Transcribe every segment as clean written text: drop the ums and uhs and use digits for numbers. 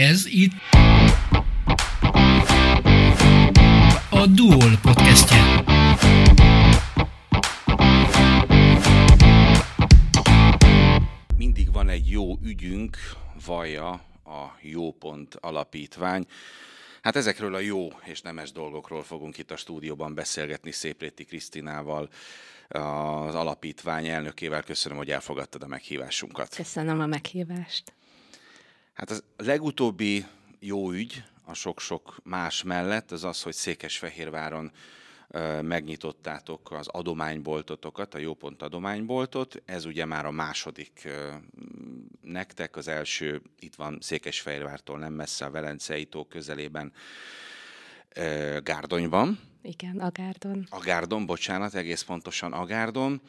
Ez itt a Duol podcastje. Mindig van egy jó ügyünk, vallja a Jó Pont Alapítvány. Hát ezekről a jó és nemes dolgokról fogunk itt a stúdióban beszélgetni Szépréti Krisztinával, az alapítvány elnökével. Köszönöm, hogy elfogadtad a meghívásunkat. Köszönöm a meghívást. Hát az legutóbbi jó ügy a sok-sok más mellett az az, hogy Székesfehérváron megnyitottátok az adományboltotokat, a Jó Pont adományboltot. Ez ugye már a második nektek, az első itt van Székesfehérvártól nem messze, a Velencei tó közelében, Gárdonyban. Igen, Agárdon. Agárdon, bocsánat, egész pontosan Agárdon.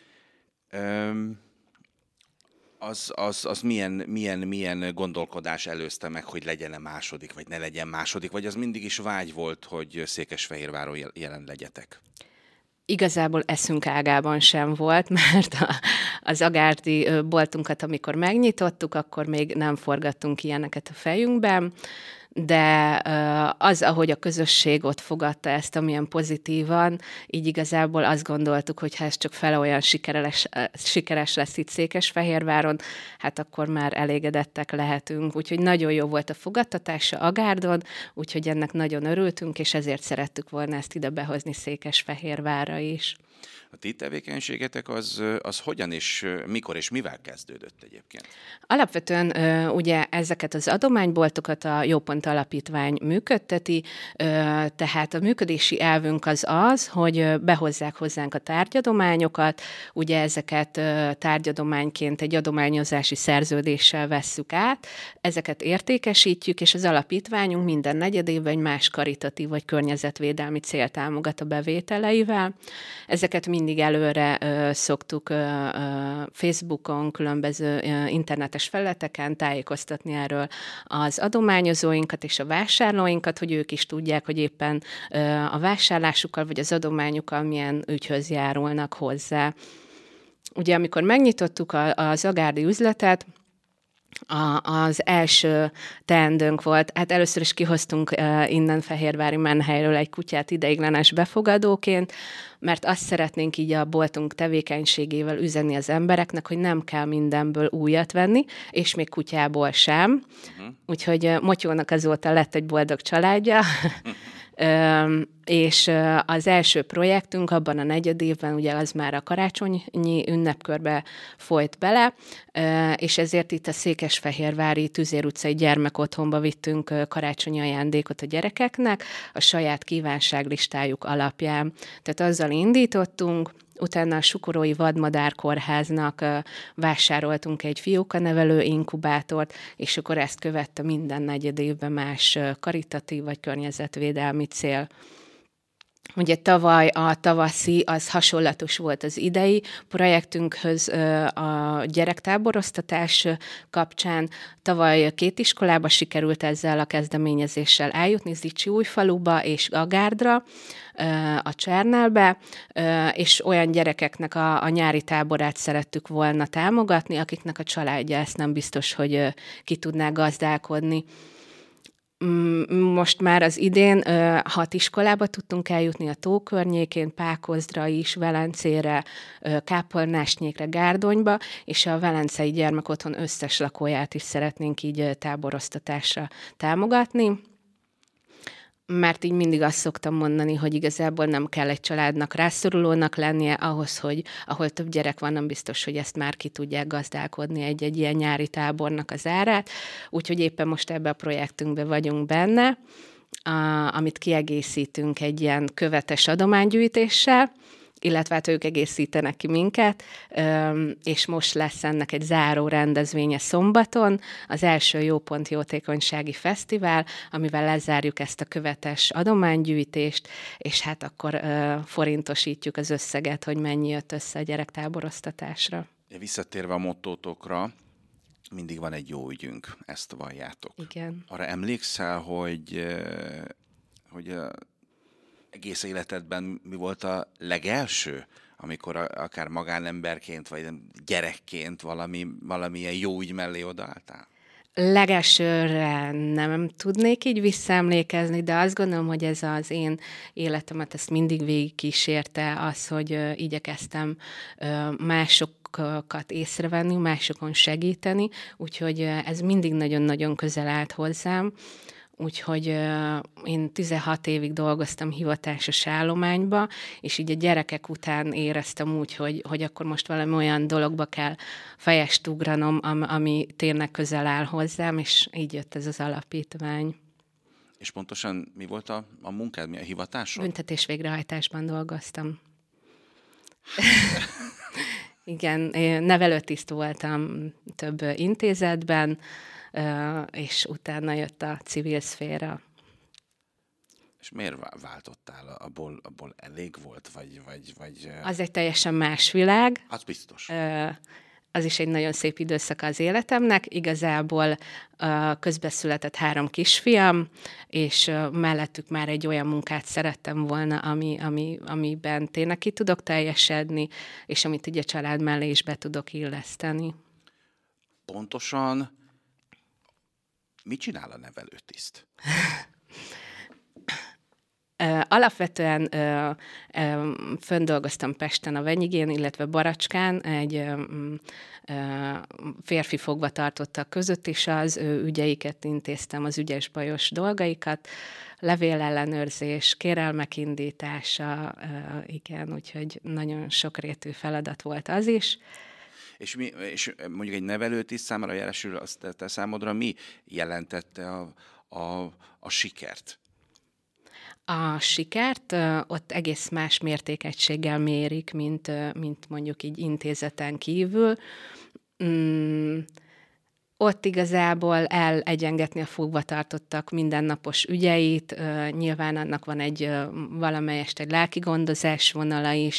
Az milyen gondolkodás előzte meg, hogy legyen-e második, vagy ne legyen második, vagy az mindig is vágy volt, hogy Székesfehérváron jelen legyetek? Igazából eszünk ágában sem volt, mert az agárdi boltunkat, amikor megnyitottuk, akkor még nem forgattunk ilyeneket a fejünkben, de az, ahogy a közösség ott fogadta ezt, amilyen pozitívan, így igazából azt gondoltuk, hogy ha ez csak fele olyan sikeres lesz itt Székesfehérváron, hát akkor már elégedettek lehetünk. Úgyhogy nagyon jó volt a fogadtatása Agárdon, úgyhogy ennek nagyon örültünk, és ezért szerettük volna ezt ide behozni Székesfehérvárra is. A ti tevékenységetek az hogyan és mikor és mivel kezdődött egyébként? Alapvetően ugye ezeket az adományboltokat a Jó Pont Alapítvány működteti, tehát a működési elvünk az, hogy behozzák hozzánk a tárgyadományokat, ugye ezeket tárgyadományként egy adományozási szerződéssel vesszük át, ezeket értékesítjük, és az alapítványunk minden negyedévben egy más karitatív vagy környezetvédelmi célt támogat a bevételeivel. Ezeket mindig előre szoktuk Facebookon, különböző internetes felületeken tájékoztatni erről az adományozóinkat és a vásárlóinkat, hogy ők is tudják, hogy éppen a vásárlásukkal vagy az adományukkal milyen ügyhöz járulnak hozzá. Ugye amikor megnyitottuk az agárdi üzletet, az első teendőnk volt, hát először is kihoztunk innen Fehérvári Menhelyről egy kutyát ideiglenes befogadóként, mert azt szeretnénk így a boltunk tevékenységével üzenni az embereknek, hogy nem kell mindenből újat venni, és még kutyából sem. Úgyhogy Motyónak azóta lett egy boldog családja, és az első projektünk abban a negyedévben, ugye az már a karácsonyi ünnepkörbe folyt bele, és ezért itt a Székesfehérvári Tüzér utcai gyermekotthonba vittünk karácsonyi ajándékot a gyerekeknek a saját kívánságlistájuk alapján. Tehát azzal indítottunk, utána a Sukorói Vadmadár Kórháznak vásároltunk egy fiókanevelő inkubátort, és akkor ezt követte minden negyedévben más karitatív vagy környezetvédelmi cél. Ugye tavaly a tavaszi az hasonlatos volt az idei projektünkhöz a gyerektáboroztatás kapcsán. Tavaly 2 iskolába sikerült ezzel a kezdeményezéssel eljutni, Zichyújfaluba és Agárdra, a Csernelbe, és olyan gyerekeknek a nyári táborát szerettük volna támogatni, akiknek a családja ezt nem biztos, hogy ki tudná gazdálkodni. Most már az idén 6 iskolába tudtunk eljutni a tó környékén, Pákozdra is, Velencére, Kápolnásnyékre, Gárdonyba, és a Velencei Gyermekotthon összes lakóját is szeretnénk így táboroztatásra támogatni. Mert így mindig azt szoktam mondani, hogy igazából nem kell egy családnak rászorulónak lennie ahhoz, hogy ahol több gyerek van, nem biztos, hogy ezt már ki tudják gazdálkodni egy ilyen nyári tábornak az árát. Úgyhogy éppen most ebben a projektünkben vagyunk benne, amit kiegészítünk egy ilyen követes adománygyűjtéssel, illetve hát ők egészítenek ki minket, és most lesz ennek egy záró rendezvénye szombaton, az első Jó Pont Jótékonysági Fesztivál, amivel lezárjuk ezt a követes adománygyűjtést, és hát akkor forintosítjuk az összeget, hogy mennyi jött össze a gyerektáboroztatásra. Visszatérve a mottótokra, mindig van egy jó ügyünk, ezt valljátok. Igen. Arra emlékszel, hogy egész életedben mi volt a legelső, amikor akár magánemberként, vagy gyerekként valamilyen jó ügy mellé odaálltál? Legelsőre nem tudnék így visszaemlékezni, de azt gondolom, hogy ez az én életemet ezt mindig végig kísérte, az, hogy igyekeztem másokat észrevenni, másokon segíteni, úgyhogy ez mindig nagyon-nagyon közel állt hozzám. Úgyhogy én 16 évig dolgoztam hivatásos állományba, és így a gyerekek után éreztem úgy, hogy akkor most valami olyan dologba kell fejest ugranom, ami tényleg közel áll hozzám, és így jött ez az alapítvány. És pontosan mi volt a munkád, mi a hivatásod? Büntetés végrehajtásban dolgoztam. Igen, nevelőtiszt voltam több intézetben, és utána jött a civil szféra. És miért váltottál? Abból elég volt? Vagy... Az egy teljesen más világ. Az biztos. Az is egy nagyon szép időszaka az életemnek. Igazából közbeszületett 3 kisfiam, és mellettük már egy olyan munkát szerettem volna, amiben tényleg ki tudok teljesedni, és amit ugye a család mellé is be tudok illeszteni. Pontosan mit csinál a nevelőtiszt? Alapvetően fönn dolgoztam Pesten a Venyigén, illetve Baracskán, egy férfi fogvatartottak között, és az ő ügyeiket intéztem, az ügyes-bajos dolgaikat, levélellenőrzés, kérelmek indítása, igen, úgyhogy nagyon sokrétű feladat volt az is. És mondjuk egy nevelőtiszt számára jelesül, azt te számodra mi jelentette a sikert? A sikert ott egész más mértékegységgel mérik, mint mondjuk így intézeten kívül. Ott igazából egyengetni a fogvatartottak mindennapos ügyeit, nyilván annak van valamelyest egy lelki gondozás vonala is,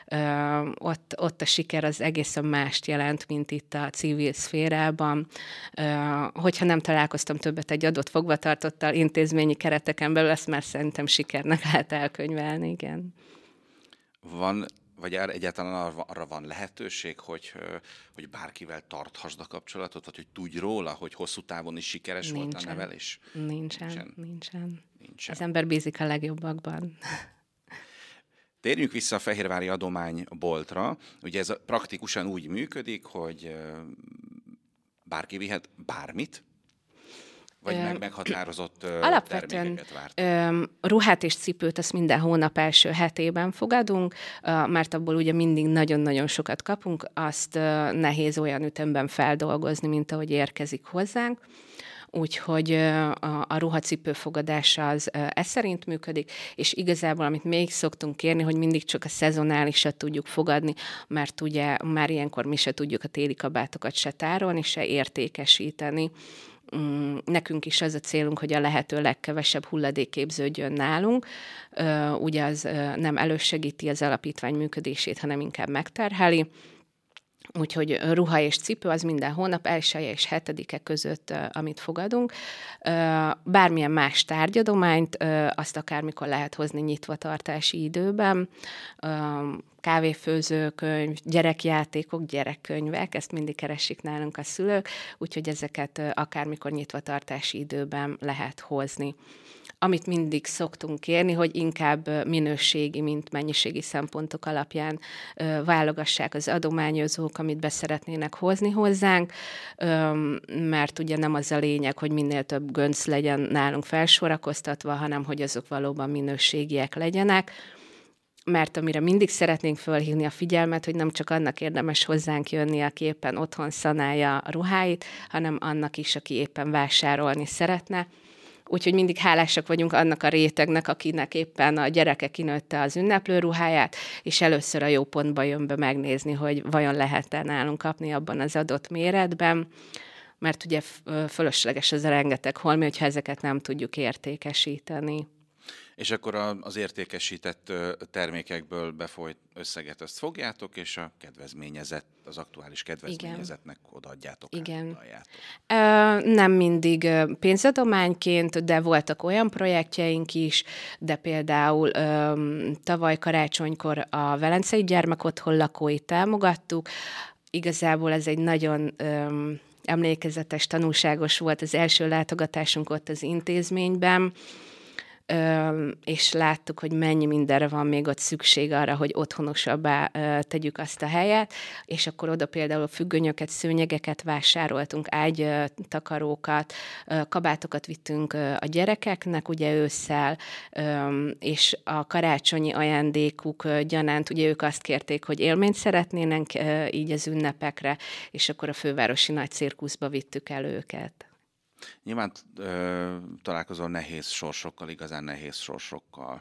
ott a siker az egészen mást jelent, mint itt a civil szférában. Hogyha nem találkoztam többet egy adott fogvatartottal intézményi kereteken belül, ezt már szerintem sikernek lehet elkönyvelni, igen. Van, vagy egyáltalán arra van lehetőség, hogy bárkivel tarthasd a kapcsolatot, vagy hogy tudj róla, hogy hosszú távon is sikeres volt a nevelés? Nincsen. Az ember bízik a legjobbakban. Térjünk vissza a Fehérvári adományboltra. Ugye ez praktikusan úgy működik, hogy bárki vihet bármit, vagy meghatározott termékeket várt? Ruhát és cipőt azt minden hónap első hetében fogadunk, mert abból ugye mindig nagyon-nagyon sokat kapunk, azt nehéz olyan ütemben feldolgozni, mint ahogy érkezik hozzánk. Úgyhogy a ruhacipő fogadása az ez szerint működik, és igazából, amit még szoktunk kérni, hogy mindig csak a szezonálisat tudjuk fogadni, mert ugye már ilyenkor mi se tudjuk a téli kabátokat se tárolni, se értékesíteni. Nekünk is az a célunk, hogy a lehető legkevesebb hulladék képződjön nálunk. Ugye az nem elősegíti az alapítvány működését, hanem inkább megterheli. Úgyhogy ruha és cipő az minden hónap 1. és 7. között, amit fogadunk. Bármilyen más tárgyadományt, azt akármikor lehet hozni nyitvatartási időben. Kávéfőzőkönyv, gyerekjátékok, gyerekkönyvek, ezt mindig keresik nálunk a szülők, úgyhogy ezeket akármikor nyitvatartási időben lehet hozni. Amit mindig szoktunk kérni, hogy inkább minőségi, mint mennyiségi szempontok alapján válogassák az adományozók, amit be szeretnének hozni hozzánk, mert ugye nem az a lényeg, hogy minél több gönc legyen nálunk felsorakoztatva, hanem hogy azok valóban minőségiek legyenek. Mert amire mindig szeretnénk fölhívni a figyelmet, hogy nem csak annak érdemes hozzánk jönni, aki éppen otthon szanálja a ruháit, hanem annak is, aki éppen vásárolni szeretne. Úgyhogy mindig hálásak vagyunk annak a rétegnek, akinek éppen a gyereke kinőtte az ünneplő ruháját, és először a jó pontba jön be megnézni, hogy vajon lehet-e nálunk kapni abban az adott méretben, mert ugye fölösleges az a rengeteg holmi, hogyha ezeket nem tudjuk értékesíteni. És akkor az értékesített termékekből befolyt összeget azt fogjátok, és a az aktuális kedvezményezetnek odaadjátok. Igen. Nem mindig pénzadományként, de voltak olyan projektjeink is, de például tavaly karácsonykor a Velencei Gyermekotthon lakóit támogattuk. Igazából ez egy nagyon emlékezetes, tanulságos volt az első látogatásunk ott az intézményben, és láttuk, hogy mennyi mindenre van még ott szükség arra, hogy otthonosabbá tegyük azt a helyet, és akkor oda például függönyöket, szőnyegeket vásároltunk, ágytakarókat, kabátokat vittünk a gyerekeknek, ugye ősszel, és a karácsonyi ajándékuk gyanánt, ugye ők azt kérték, hogy élményt szeretnének így az ünnepekre, és akkor a fővárosi nagy cirkuszba vittük el őket. Nyilván találkozol nehéz sorsokkal, igazán nehéz sorsokkal.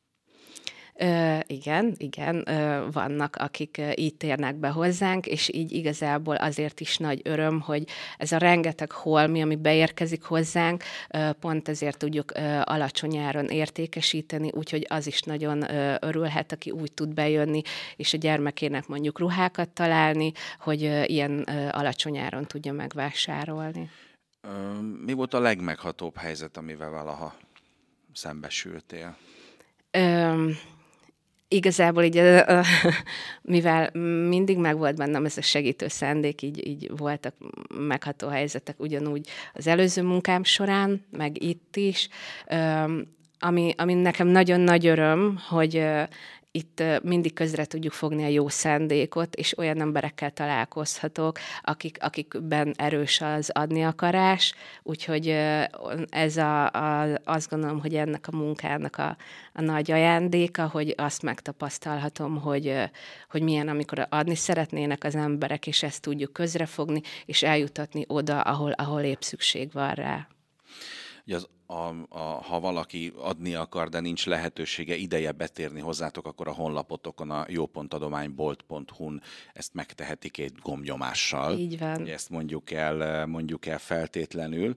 Igen, vannak, akik így térnek be hozzánk, és így igazából azért is nagy öröm, hogy ez a rengeteg holmi, ami beérkezik hozzánk, pont ezért tudjuk alacsony áron értékesíteni, úgyhogy az is nagyon örülhet, aki úgy tud bejönni, és a gyermekének mondjuk ruhákat találni, hogy ilyen alacsony áron tudja megvásárolni. Mi volt a legmeghatóbb helyzet, amivel valaha szembesültél? Igazából így, mivel mindig megvolt bennem ez a segítő szándék, így voltak megható helyzetek ugyanúgy az előző munkám során, meg itt is. Ami nekem nagyon nagy öröm, hogy itt mindig közre tudjuk fogni a jó szándékot, és olyan emberekkel találkozhatok, akikben erős az adni akarás, úgyhogy ez azt gondolom, hogy ennek a munkának a nagy ajándéka, hogy azt megtapasztalhatom, hogy milyen, amikor adni szeretnének az emberek, és ezt tudjuk közrefogni, és eljutatni oda, ahol épp szükség van rá. Ugye ha valaki adni akar, de nincs lehetősége, ideje betérni hozzátok, akkor a honlapotokon, a jópontadománybolt.hu-n ezt megteheti 2 gombnyomással. Így van. Ugye ezt mondjuk el feltétlenül.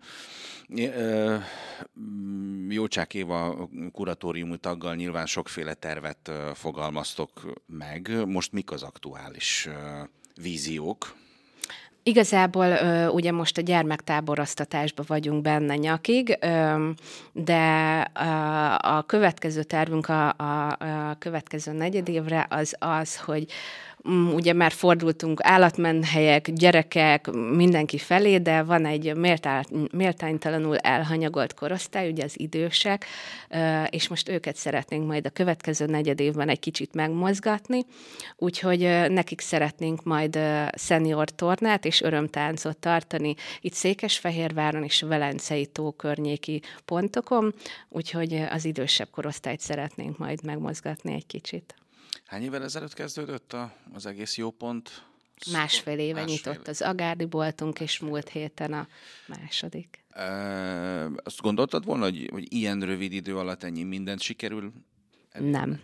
Jócsák Éva kuratóriumi taggal nyilván sokféle tervet fogalmaztok meg. Most mik az aktuális víziók? Igazából ugye most a gyermektáboroztatásban vagyunk benne nyakig, de a következő tervünk a következő negyedévre az, hogy ugye már fordultunk állatmenhelyek, gyerekek, mindenki felé, de van egy méltánytalanul elhanyagolt korosztály, ugye az idősek, és most őket szeretnénk majd a következő negyedévben egy kicsit megmozgatni, úgyhogy nekik szeretnénk majd szenior tornát és örömtáncot tartani itt Székesfehérváron és a Velencei tó környéki pontokon, úgyhogy az idősebb korosztályt szeretnénk majd megmozgatni egy kicsit. Hány évvel ezelőtt kezdődött az egész Jópont? Másfél éve nyitott az Agárdi boltunk, és múlt héten a második. Azt gondoltad volna, hogy ilyen rövid idő alatt ennyi mindent sikerül? Nem.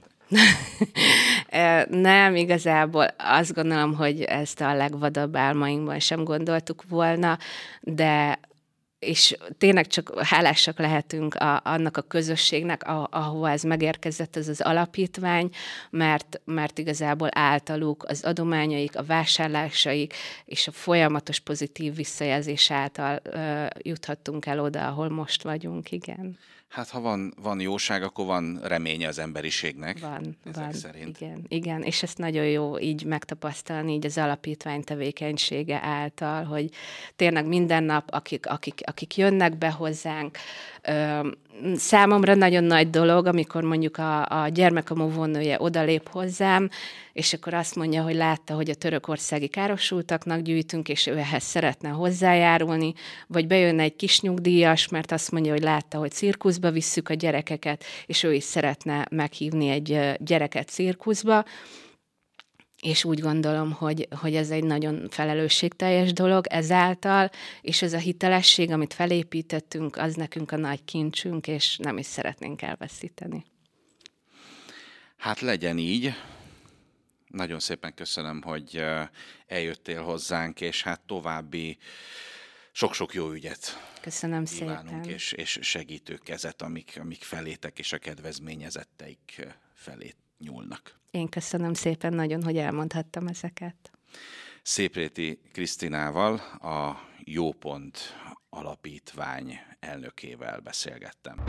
Nem, igazából azt gondolom, hogy ezt a legvadabb álmainkban sem gondoltuk volna, de és tényleg csak hálásak lehetünk annak a közösségnek, ahova ez megérkezett, ez az alapítvány, mert igazából általuk az adományaik, a vásárlásaik és a folyamatos pozitív visszajelzés által juthattunk el oda, ahol most vagyunk, igen. Hát ha van jóság, akkor van reménye az emberiségnek. Van, szerint. Igen, és ezt nagyon jó így megtapasztalni, így az alapítvány tevékenysége által, hogy tényleg minden nap, akik jönnek be hozzánk, számomra nagyon nagy dolog, amikor mondjuk a gyermekem óvónője odalép hozzám, és akkor azt mondja, hogy látta, hogy a törökországi károsultaknak gyűjtünk, és ő ehhez szeretne hozzájárulni, vagy bejönne egy kis nyugdíjas, mert azt mondja, hogy látta, hogy cirkuszba visszük a gyerekeket, és ő is szeretne meghívni egy gyereket cirkuszba, és úgy gondolom, hogy ez egy nagyon felelősségteljes dolog ezáltal, és ez a hitelesség, amit felépítettünk, az nekünk a nagy kincsünk, és nem is szeretnénk elveszíteni. Hát legyen így. Nagyon szépen köszönöm, hogy eljöttél hozzánk, és hát további sok-sok jó ügyet. Köszönöm kívánunk, szépen. És segítő kezet, amik felétek és a kedvezményezetteik felé nyúlnak. Én köszönöm szépen nagyon, hogy elmondhattam ezeket. Szépréti Krisztinával, a Jópont Alapítvány elnökével beszélgettem.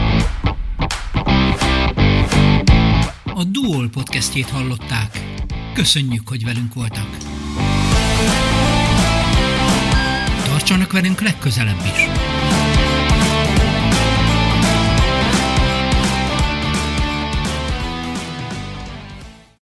A Duol podcastjét hallották. Köszönjük, hogy velünk voltak. Tartsanak velünk legközelebb is!